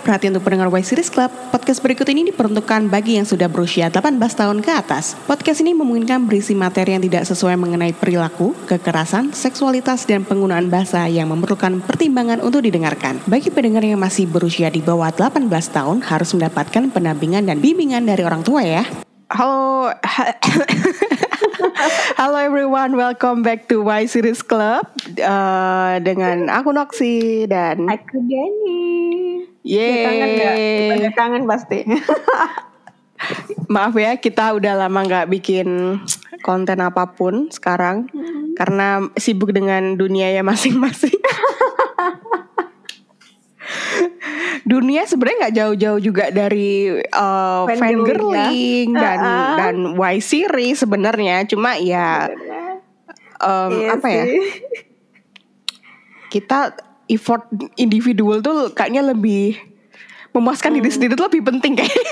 perhatian untuk pendengar Y Series Club. Podcast berikut ini diperuntukkan bagi yang sudah berusia 18 tahun ke atas. Podcast ini memungkinkan berisi materi yang tidak sesuai mengenai perilaku, kekerasan, seksualitas, dan penggunaan bahasa yang memerlukan pertimbangan untuk didengarkan. Bagi pendengar yang masih berusia di bawah 18 tahun, harus mendapatkan pendampingan dan bimbingan dari orang tua ya. Halo, halo everyone, welcome back to Y Series Club dengan aku Noxy dan aku Dani. Yeay. Kangen gak? Pada kangen pasti. Maaf ya, kita udah lama gak bikin konten apapun sekarang karena sibuk dengan dunia ya masing-masing. Dunia sebenarnya nggak jauh-jauh juga dari fangirling dan Y series sebenarnya, cuma ya apa ya, kita effort individual tuh kayaknya lebih memuaskan diri sendiri tuh lebih penting kayaknya.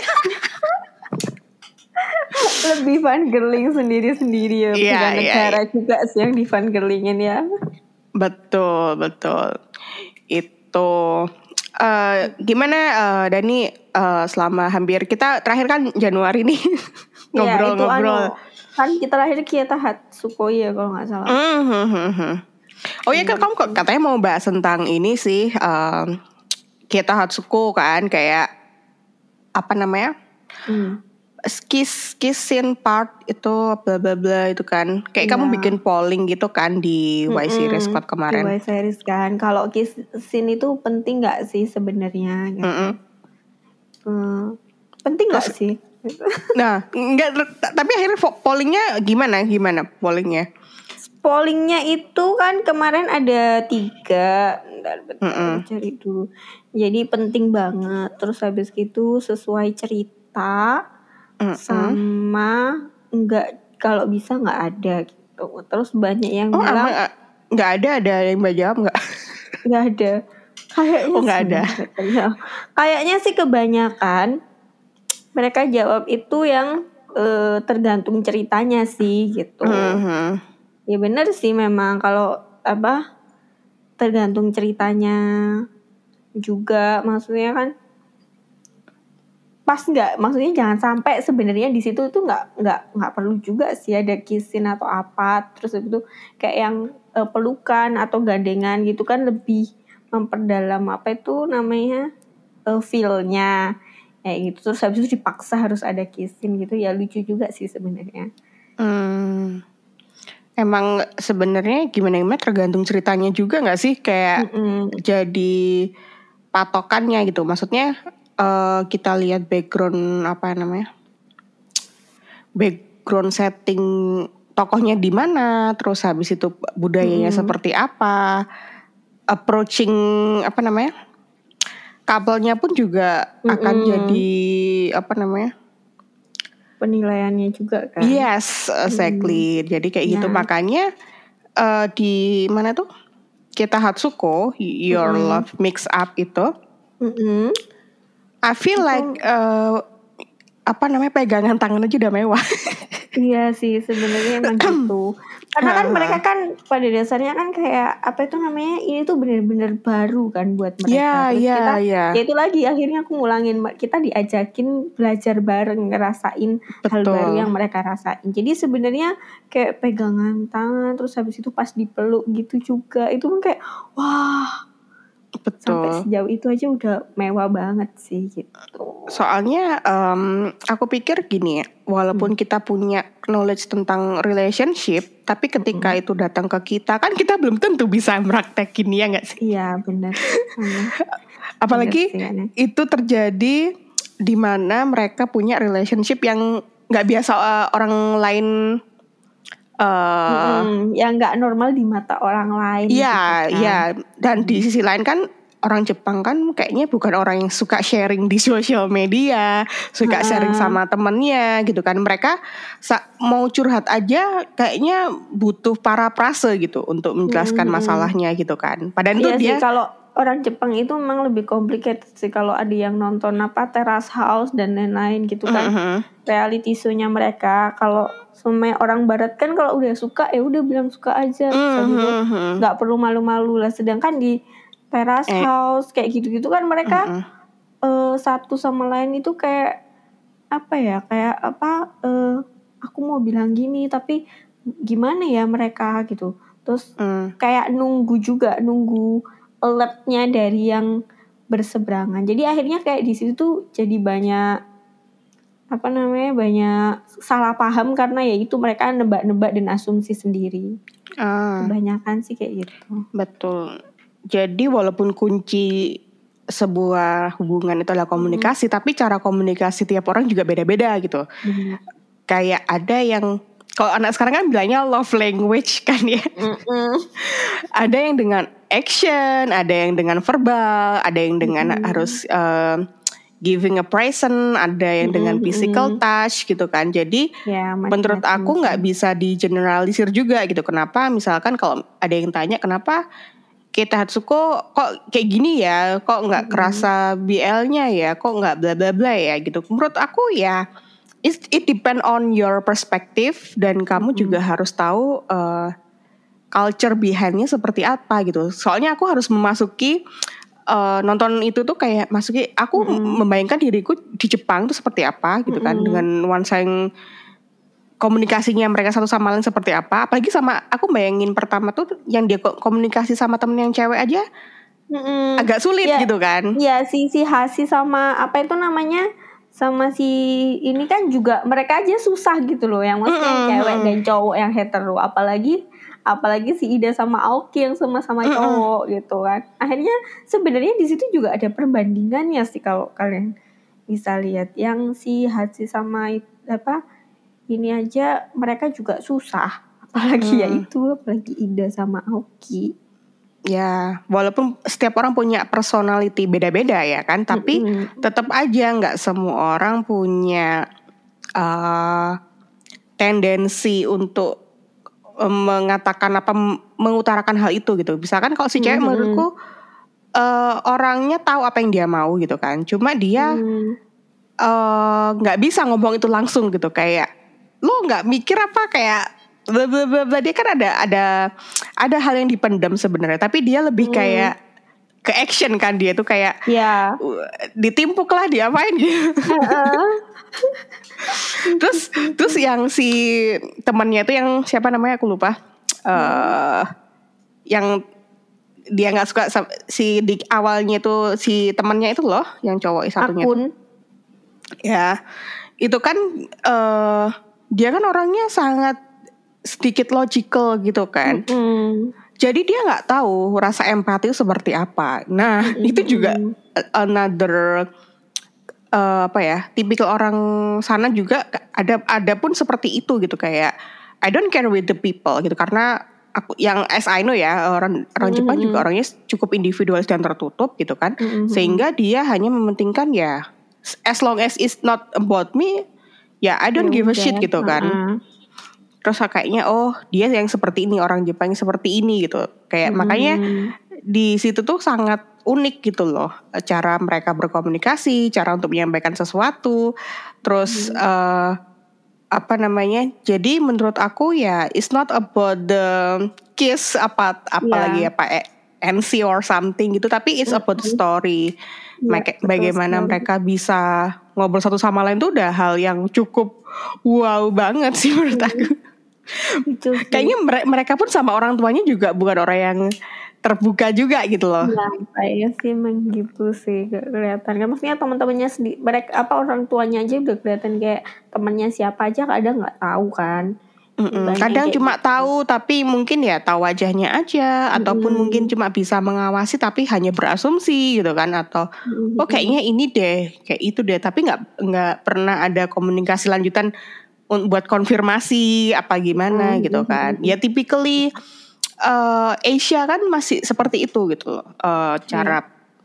Lebih fangirling sendiri-sendiri ya. Tidak negara juga sih yang di fangirlingin ya. Betul itu. Gimana Dani selama hampir kita terakhir kan Januari nih ngobrol-ngobrol. Kan kita terakhir kita Hatsukoi ya kalau nggak salah. Oh iya, kan kamu katanya mau bahas tentang ini sih, kita Hatsuko kan, kayak apa namanya, kiss scene part itu bla bla bla itu kan, kayak kamu bikin polling gitu kan di Y Series Club kemarin. Di Y Series kan, kalau kiss scene itu penting nggak sih sebenarnya? Gitu. Penting nggak sih? Nah, enggak, tapi akhirnya pollingnya gimana pollingnya? Pollingnya itu kan kemarin ada 3, bentar cari dulu. Jadi penting banget. Terus habis itu sesuai cerita, sama enggak, kalau bisa nggak ada gitu. Terus banyak yang bilang nggak ada yang jawab nggak? Nggak ada. Kayaknya nggak ada. Kayaknya sih kebanyakan mereka jawab itu yang tergantung ceritanya sih gitu. Ya benar sih memang, kalau tergantung ceritanya juga, maksudnya kan pas nggak, maksudnya jangan sampai sebenarnya di situ tuh nggak perlu juga sih ada kissin atau apa, terus itu kayak yang pelukan atau gandengan gitu kan lebih memperdalam apa itu namanya feel-nya kayak gitu. Terus habis itu dipaksa harus ada kissin gitu, ya lucu juga sih sebenarnya. Emang sebenarnya gimana tergantung ceritanya juga nggak sih, kayak jadi patokannya gitu. Maksudnya kita lihat background background setting tokohnya di mana, terus habis itu budayanya seperti apa, approaching couple-nya pun juga akan jadi penilaiannya juga kan. Yes, exactly. Jadi kayak gitu, makanya di mana tuh kita Hatsuko, Your Love Mix Up itu, I feel like pegangan tangan aja udah mewah. Iya sih sebenarnya emang gitu. Karena kan mereka kan pada dasarnya kan kayak ini tuh benar-benar baru kan buat mereka. Terus kita ya itu lagi akhirnya aku ngulangin, kita diajakin belajar bareng, ngerasain hal baru yang mereka rasain. Jadi sebenarnya kayak pegangan tangan, terus habis itu pas dipeluk gitu juga, itu kan kayak wah. Betul. Sampai sejauh itu aja udah mewah banget sih gitu. Soalnya aku pikir gini, walaupun kita punya knowledge tentang relationship, tapi ketika itu datang ke kita, kan kita belum tentu bisa meraktekin, ya nggak sih? Iya benar. Apalagi itu terjadi di mana mereka punya relationship yang nggak biasa orang lain. Yang nggak normal di mata orang lain. Iya. Dan di sisi lain kan orang Jepang kan kayaknya bukan orang yang suka sharing di sosial media, suka sharing sama temennya gitu kan. Mereka mau curhat aja kayaknya butuh paraphrase gitu untuk menjelaskan masalahnya gitu kan. Padahal itu dia sih, kalau orang Jepang itu memang lebih complicated sih. Kalau ada yang nonton Terrace House dan lain-lain gitu kan, reality show-nya mereka. Kalau sama orang Barat kan kalau udah suka ya udah bilang suka aja, nggak perlu malu-malu lah. Sedangkan di Terrace House kayak gitu-gitu kan mereka satu sama lain itu kayak aku mau bilang gini tapi gimana ya mereka gitu. Terus kayak nunggu alertnya dari yang berseberangan. Jadi akhirnya kayak di situ tuh jadi banyak salah paham karena ya itu mereka nebak-nebak dan asumsi sendiri. Kebanyakan sih kayak gitu. Betul. Jadi walaupun kunci sebuah hubungan itu adalah komunikasi, tapi cara komunikasi tiap orang juga beda-beda gitu. Kayak ada yang, kalau anak sekarang kan bilangnya love language kan ya. Ada yang dengan action, ada yang dengan verbal, ada yang dengan harus giving a present, ada yang dengan physical touch gitu kan. Jadi menurut aku nggak bisa digeneralisir juga gitu. Kenapa misalkan kalau ada yang tanya kenapa Keita Hatsuko kok kayak gini ya, kok nggak kerasa BL-nya ya, kok nggak bla bla bla ya gitu. Menurut aku ya it depend on your perspective, dan kamu juga harus tahu culture behind-nya seperti apa gitu. Soalnya aku harus memasuki nonton itu tuh kayak aku membayangkan diriku di Jepang tuh seperti apa gitu kan, dengan nuansa yang komunikasinya mereka satu sama lain seperti apa. Apalagi sama aku bayangin pertama tuh yang dia komunikasi sama temen yang cewek aja agak sulit gitu kan. Iya, si Hasi sama apa itu namanya, sama si ini kan juga mereka aja susah gitu loh, yang maksudnya yang cewek dan cowok yang hetero, apalagi si Ida sama Aoki yang sama-sama cowok gitu kan. Akhirnya sebenarnya di situ juga ada perbandingannya sih kalau kalian bisa lihat. Yang si Hatsi sama ini aja mereka juga susah, apalagi apalagi Ida sama Aoki. Ya, walaupun setiap orang punya personality beda-beda ya kan, tapi tetap aja nggak semua orang punya tendensi untuk mengatakan mengutarakan hal itu gitu. Misalkan kalau si cewek menurutku orangnya tahu apa yang dia mau gitu kan. Cuma dia nggak bisa ngomong itu langsung gitu, kayak lo nggak mikir apa kayak bla bla bla. Dia kan ada hal yang dipendam sebenarnya, tapi dia lebih kayak ke action kan, dia tuh kayak ditimpuk lah, diapain gitu. terus yang si temannya itu yang siapa namanya aku lupa, yang dia nggak suka si di awalnya itu si temannya itu loh, yang cowok satunya Akun. Ya itu kan dia kan orangnya sangat sedikit logical gitu kan. Jadi dia nggak tahu rasa empati itu seperti apa. Nah itu juga another tipikal orang sana juga ada pun seperti itu gitu, kayak I don't care with the people gitu, karena aku yang as I know ya, orang Jepang juga orangnya cukup individualis dan tertutup gitu kan, sehingga dia hanya mementingkan ya as long as it's not about me ya I don't give a shit gitu kan. Terus kayaknya dia yang seperti ini, orang Jepang yang seperti ini gitu, kayak makanya di situ tuh sangat unik gitu loh cara mereka berkomunikasi, cara untuk menyampaikan sesuatu. Terus jadi menurut aku ya it's not about the kiss apalagi NC or something gitu, tapi it's about the story. Bagaimana mereka bisa ngobrol satu sama lain tuh udah hal yang cukup wow banget sih menurut aku. Kayaknya mereka pun sama orang tuanya juga bukan orang yang terbuka juga gitu loh. Iya sih emang gitu sih, kelihatan kan, maksudnya teman-temannya sendiri, mereka orang tuanya aja udah kelihatan kayak temannya siapa aja kadang nggak tahu kan. Kadang cuma tahu tapi mungkin ya tahu wajahnya aja, ataupun mungkin cuma bisa mengawasi tapi hanya berasumsi gitu kan, atau kayaknya ini deh, kayak itu deh, tapi nggak pernah ada komunikasi lanjutan buat konfirmasi apa gimana gitu kan. Ya typically Asia kan masih seperti itu gitu. Cara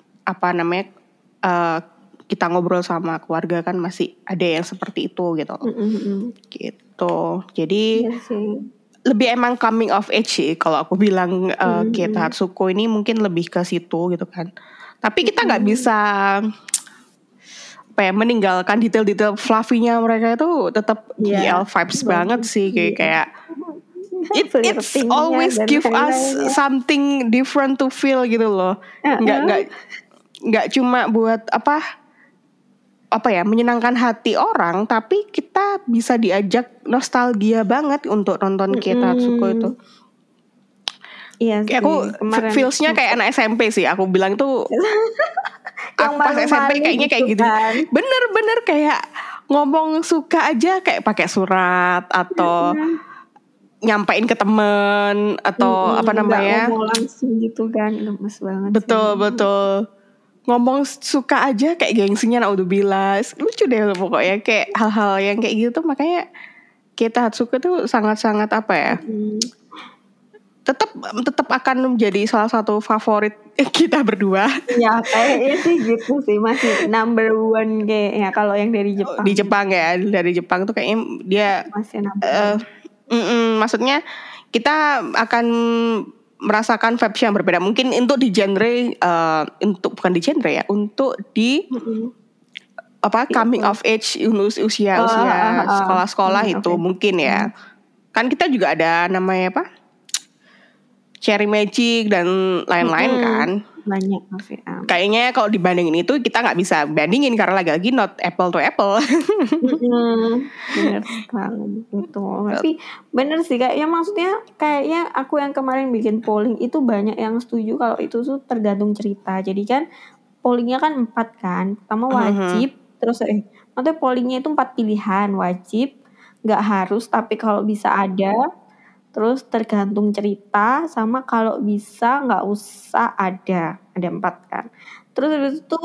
kita ngobrol sama keluarga kan masih ada yang seperti itu gitu. Gitu. Jadi lebih emang coming of age sih kalau aku bilang. Keita Hatsuko ini mungkin lebih ke situ gitu kan. Tapi kita nggak bisa meninggalkan detail-detail fluffy-nya mereka itu tetap BL vibes banget sih, kayak it's always give us something different to feel gitu loh. Nggak cuma buat menyenangkan hati orang, tapi kita bisa diajak nostalgia banget untuk nonton Kitatsuko itu. Iya sih. Aku feelsnya kayak anak SMP sih. Aku bilang tuh aku pas SMP kayaknya kayak gitu. Kan? Bener-bener kayak ngomong suka aja kayak pakai surat atau nyampein ke temen atau apa namanya? Ngomong langsung gitu kan, lemes banget. Betul. Ngomong suka aja kayak gengsinya naudzubillah. Lucu deh pokoknya kayak hal-hal yang kayak gitu tuh, makanya Kitatsuko tuh sangat-sangat apa ya? Tetap akan menjadi salah satu favorit kita berdua. Ya kayaknya sih gitu sih, masih number one kayaknya kalau yang dari Jepang. Di Jepang ya, dari Jepang tuh kayaknya dia masih number one. Maksudnya kita akan merasakan vibes yang berbeda. Mungkin untuk di genre, bukan di genre ya, untuk di coming of age, usia sekolah-sekolah itu mungkin ya. Kan kita juga ada namanya apa? Cherry Magic dan lain-lain kan. Banyak kayaknya kalau dibandingin itu kita nggak bisa bandingin karena lagi-lagi not apple to apple. Bener sekali itu. Tapi bener sih kayaknya, maksudnya kayaknya aku yang kemarin bikin polling itu banyak yang setuju kalau itu tuh tergantung cerita. Jadi kan pollingnya kan 4 kan. Pertama wajib, terus maksudnya pollingnya itu 4 pilihan, wajib, nggak harus tapi kalau bisa ada. Terus tergantung cerita, sama kalau bisa nggak usah ada 4 kan. Terus habis itu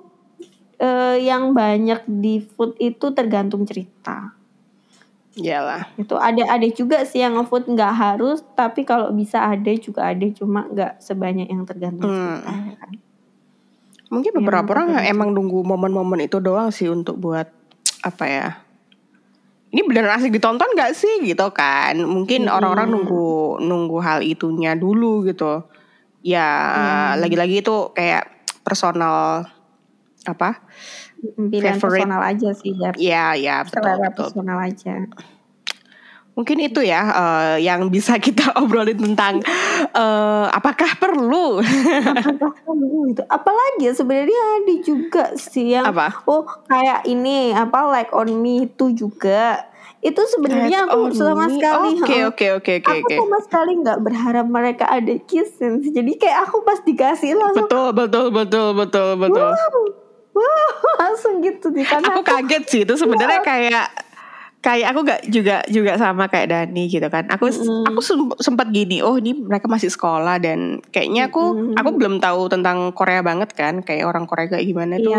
yang banyak di food itu tergantung cerita. Iyalah. Itu ada juga sih yang nge-food nggak harus, tapi kalau bisa ada juga ada, cuma nggak sebanyak yang tergantung cerita ya kan. Mungkin beberapa orang emang nunggu momen-momen itu doang sih untuk buat apa ya? Ini beneran asik ditonton gak sih gitu kan. Mungkin orang-orang nunggu hal itunya dulu gitu. Ya lagi-lagi itu kayak personal apa? Pilihan favorite. Personal aja sih ya. Ya betul. Personal aja. Mungkin itu ya yang bisa kita obrolin tentang apakah perlu gitu. Apalagi sebenarnya ada juga sih yang kayak ini Like on Me itu juga. Itu sebenarnya aku sama sekali Oke. Aku sama sekali nggak berharap mereka ada kissing. Jadi kayak aku pas dikasih langsung betul. Wow, langsung gitu nih. Karena aku kaget sih itu sebenarnya kayak aku gak juga sama kayak Dani gitu kan. Aku sempat gini, ini mereka masih sekolah dan kayaknya aku belum tahu tentang Korea banget kan, kayak orang Korea kayak gimana tuh.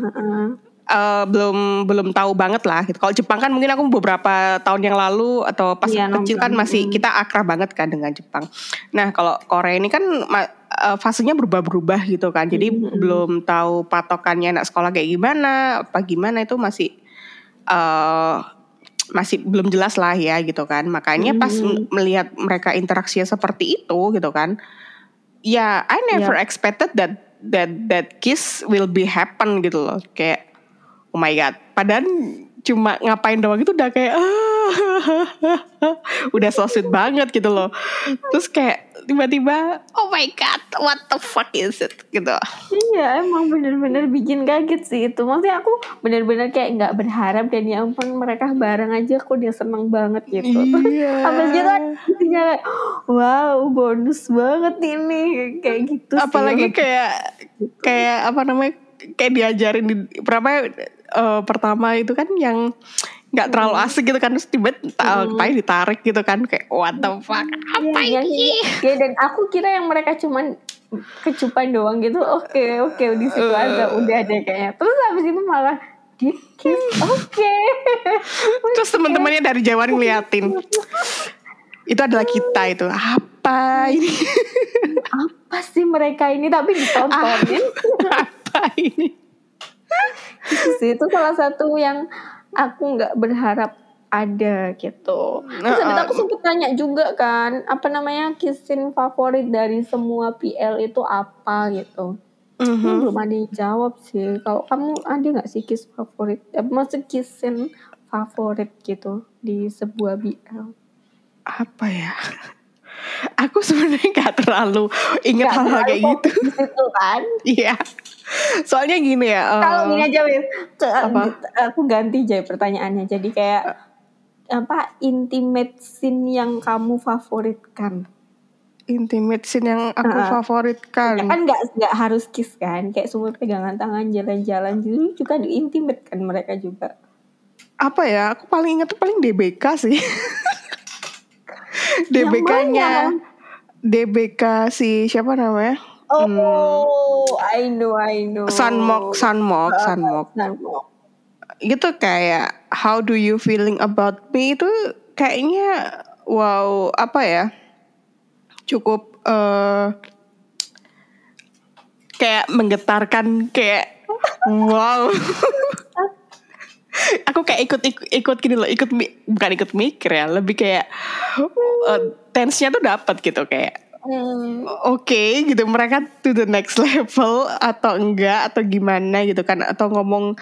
Belum tahu banget lah gitu. Kalau Jepang kan mungkin aku beberapa tahun yang lalu atau pas kecil kan masih kita akrab banget kan dengan Jepang. Nah kalau Korea ini kan fasenya berubah-berubah gitu kan. Jadi belum tahu patokannya anak sekolah kayak gimana itu masih belum jelas lah ya gitu kan. Makanya pas melihat mereka interaksinya seperti itu gitu kan. Ya I never expected that kiss will be happen gitu loh. Kayak oh my god. Padahal cuma ngapain doang itu udah kayak udah so sweet banget gitu loh. Terus kayak tiba-tiba oh my god, what the fuck is it gitu. Iya emang bener-bener bikin kaget sih itu. Maksudnya aku bener-bener kayak gak berharap, dan ya ampun mereka bareng aja aku udah seneng banget gitu. Habis gitu kan kayak wow bonus banget ini kayak gitu. Apalagi kayak apa namanya, kayak diajarin pertama itu kan yang nggak terlalu asik gitu kan, terus tiba-tiba ditarik gitu kan, kayak what the fuck apa ini? Dan aku kira yang mereka cuman kecupan doang gitu. Oke di situ aja udah ada kayaknya. Terus habis itu malah di kiss. Terus teman-temannya dari jauh ngeliatin. Itu adalah kita itu. Apa ini? Apa sih mereka ini, tapi ditontonin. Apa ini? Itu salah satu yang aku nggak berharap ada gitu. Terus aku sempet tanya juga kan, apa namanya kissing favorit dari semua PL itu apa gitu. Belum ada yang jawab sih. Kalau kamu ada nggak sih kiss favorit? Maksud kissing favorit gitu di sebuah BL? Apa ya? Aku sebenarnya nggak terlalu ingat hal-hal kayak gitu. Gitu kan? Iya. Soalnya gini ya. Kalau gini aja Wis, aku ganti aja pertanyaannya. Jadi kayak apa intimate scene yang kamu favoritkan? Intimate scene yang aku favoritkan. Ya kan nggak harus kiss kan, kayak semua pegangan tangan, jalan-jalan gitu juga intimate kan mereka juga. Apa ya? Aku paling ingat tuh paling DBK sih. DBK-nya. DBK si siapa namanya? I know. Sunmok. Gitu kayak how do you feeling about me itu kayaknya wow apa ya? Cukup kayak menggetarkan kayak wow. Aku kayak ikut gini loh, bukan ikut mikir ya, lebih kayak tense-nya tuh dapat gitu kayak. Oke, gitu mereka to the next level atau enggak atau gimana gitu kan, atau ngomong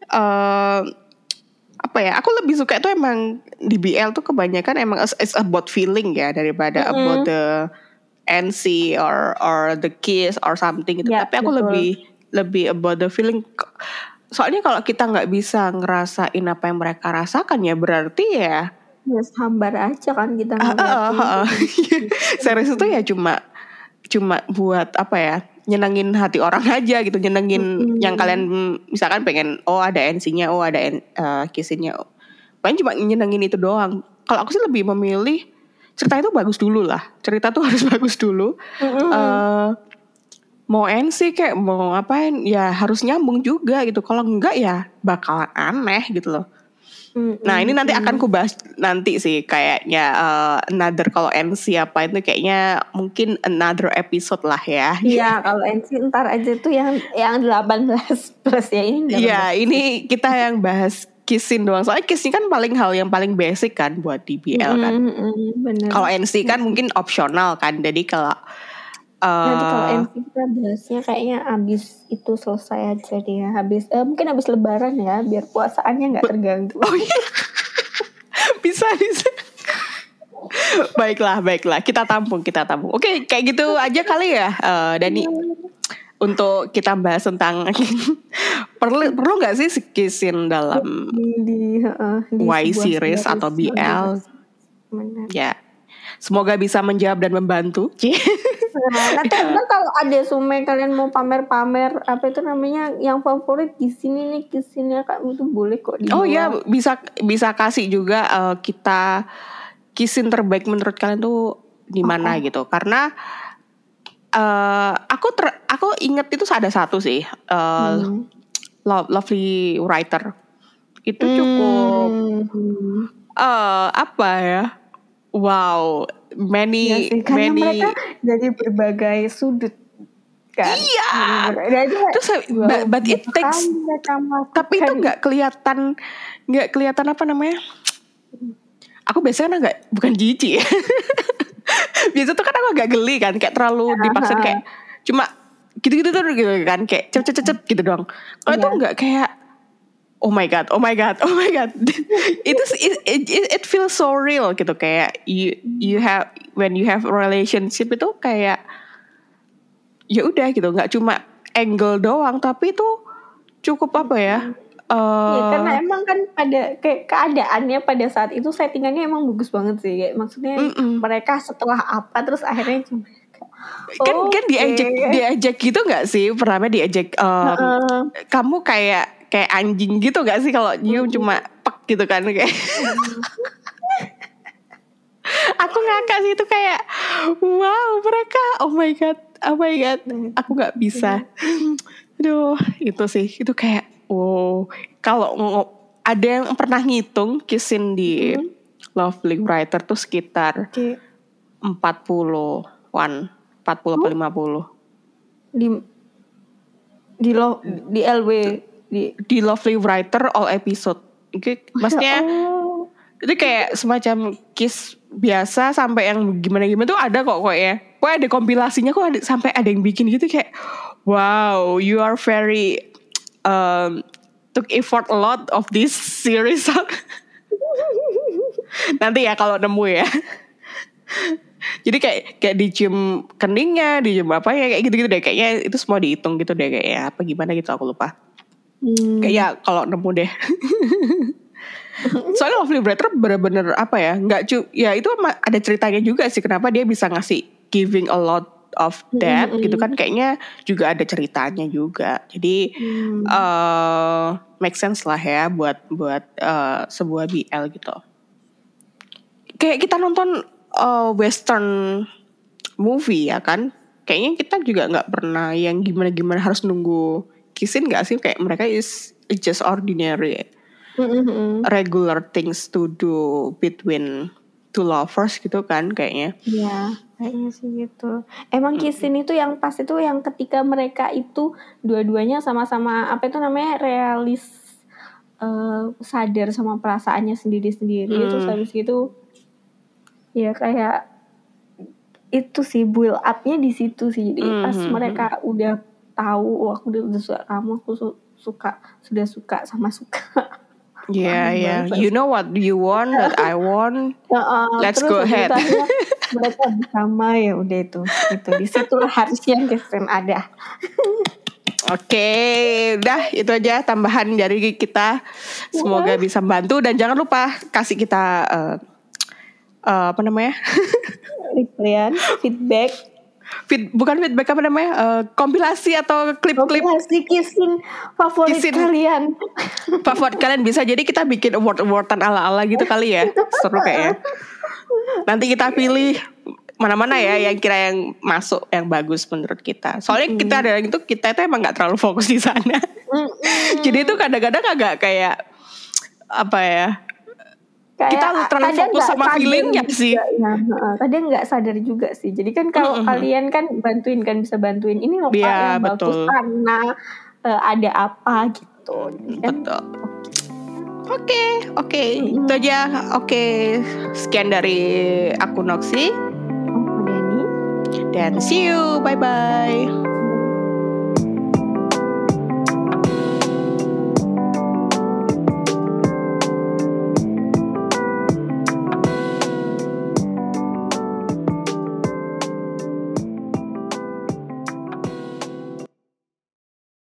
apa ya, aku lebih suka itu emang di BL tuh kebanyakan emang it's about feeling ya daripada about the NC or the kiss or something gitu. Tapi aku lebih about the feeling. Soalnya kalau kita nggak bisa ngerasain apa yang mereka rasakan ya berarti ya hambar aja kan kita. Series itu ya cuma buat apa ya, nyenengin hati orang aja gitu, nyenengin yang kalian misalkan pengen ada NC-nya, ada kiss-nya, paling cuma nyenengin itu doang. Kalau aku sih lebih memilih cerita itu bagus dulu lah, cerita tuh harus bagus dulu. Mau NC kayak mau ngapain ya harus nyambung juga gitu, kalau enggak ya bakalan aneh gitu loh. Nah ini nanti akan ku bahas nanti sih kayaknya another, kalau NC apa itu kayaknya mungkin another episode lah ya. Iya kalau NC ntar aja tuh yang 18 plus ya ini. Iya ini kita yang bahas kissin doang, soalnya kiss ini kan hal yang paling basic kan buat di BL kan. Kalau NC kan mungkin opsional kan, jadi kalau nanti kalau NC kita bahasnya kayaknya abis itu selesai aja dia, mungkin abis lebaran ya biar puasaannya nggak terganggu. Oh iya. bisa baiklah kita tampung. Oke, kayak gitu aja kali ya Dani untuk kita bahas tentang perlu nggak sih kissin dalam di Y series atau BL. Ya semoga bisa menjawab dan membantu. Nanti kalau ada Sume kalian mau pamer-pamer apa itu namanya yang favorit di sini nih kissinnya Kak, itu boleh kok dibawa. Oh ya bisa kasih juga kita kissin terbaik menurut kalian tuh di mana gitu, karena aku inget itu ada satu sih Lovely Writer itu cukup apa ya, wow, many mereka dari berbagai sudut kan. Iya. Terus but it takes, tapi itu nggak kelihatan apa namanya. Aku biasanya bukan jijik. Biasa tuh kan aku agak geli kan, kayak terlalu dipaksa kayak cuma gitu-gitu tuh gitu kan, kayak cepet gitu doang. Kalau itu nggak kayak oh my god it feels so real gitu, kayak you have when you have a relationship itu kayak ya udah gitu, nggak cuma angle doang tapi itu cukup apa ya. Ya, karena emang kan pada kayak keadaannya pada saat itu settingannya emang bagus banget sih, kayak maksudnya mereka setelah apa terus akhirnya cuma kan diajak gitu nggak sih, pertama diajak kamu kayak anjing gitu nggak sih kalau nyium cuma pek gitu kan kayak. Aku ngakak sih itu kayak wow mereka oh my god aku nggak bisa. Aduh itu sih itu kayak wow. Kalau ada yang pernah ngitung kissin di Lovely Writer tuh sekitar 40-an 40 50 di LW di Lovely Writer all episode. Maksudnya itu kayak semacam kiss biasa sampai yang gimana tuh ada kok ya. Kok ada kompilasinya, kok sampai ada yang bikin gitu kayak wow, you are very took effort a lot of this series. Nanti ya kalau nemu ya. Jadi kayak dicium keningnya, dicium apa ya, kayak gitu-gitu deh. Kayaknya itu semua dihitung gitu deh, kayaknya apa gimana gitu, aku lupa. Kayaknya kalau nemu deh. Soalnya Lovely Brother bener-bener apa ya, ya itu ada ceritanya juga sih kenapa dia bisa ngasih giving a lot of that gitu kan, kayaknya juga ada ceritanya juga. Jadi make sense lah ya buat sebuah BL gitu. Kayak kita nonton western movie ya kan, kayaknya kita juga nggak pernah yang gimana harus nunggu kissin nggak sih, kayak mereka is just ordinary regular things to do between two lovers gitu kan kayaknya. Iya, kayaknya sih gitu. Emang kissin itu yang pas itu yang ketika mereka itu dua-duanya sama-sama apa itu namanya realis, sadar sama perasaannya sendiri-sendiri. Terus habis gitu ya kayak itu sih build up-nya di situ sih. Jadi pas mereka udah tahu, aku udah suka kamu, aku sudah suka sama suka. Yeah. You know what you want, that I want. Let's go ahead. Mereka bersama ya udah itu di situlah harusnya Kristen ada. Oke, udah itu aja tambahan dari kita. Semoga bisa membantu dan jangan lupa kasih kita apa namanya? feedback. Bukan feedback, apa namanya? Kompilasi atau klip-klip. Kompilasi kissin favorit kalian. Favorit kalian bisa jadi kita bikin award-awardan ala-ala gitu kali ya. Seru kayaknya. Nanti kita pilih mana-mana ya yang kira yang masuk, yang bagus menurut kita. Soalnya kita ada itu, kita itu emang nggak terlalu fokus di sana. Jadi itu kadang-kadang agak kayak apa ya? Kayak kita terlalu fokus sama feelingnya sih. Ya, kadang nggak sadar juga sih. Jadi kan kalau kalian kan bantuin kan, bisa bantuin ini loh Pak yang bagus karena ada apa gitu. Betul. Oke. Itu aja. Oke. Sekian dari aku Noxy. Aku Dani. Dan see you. Bye-bye.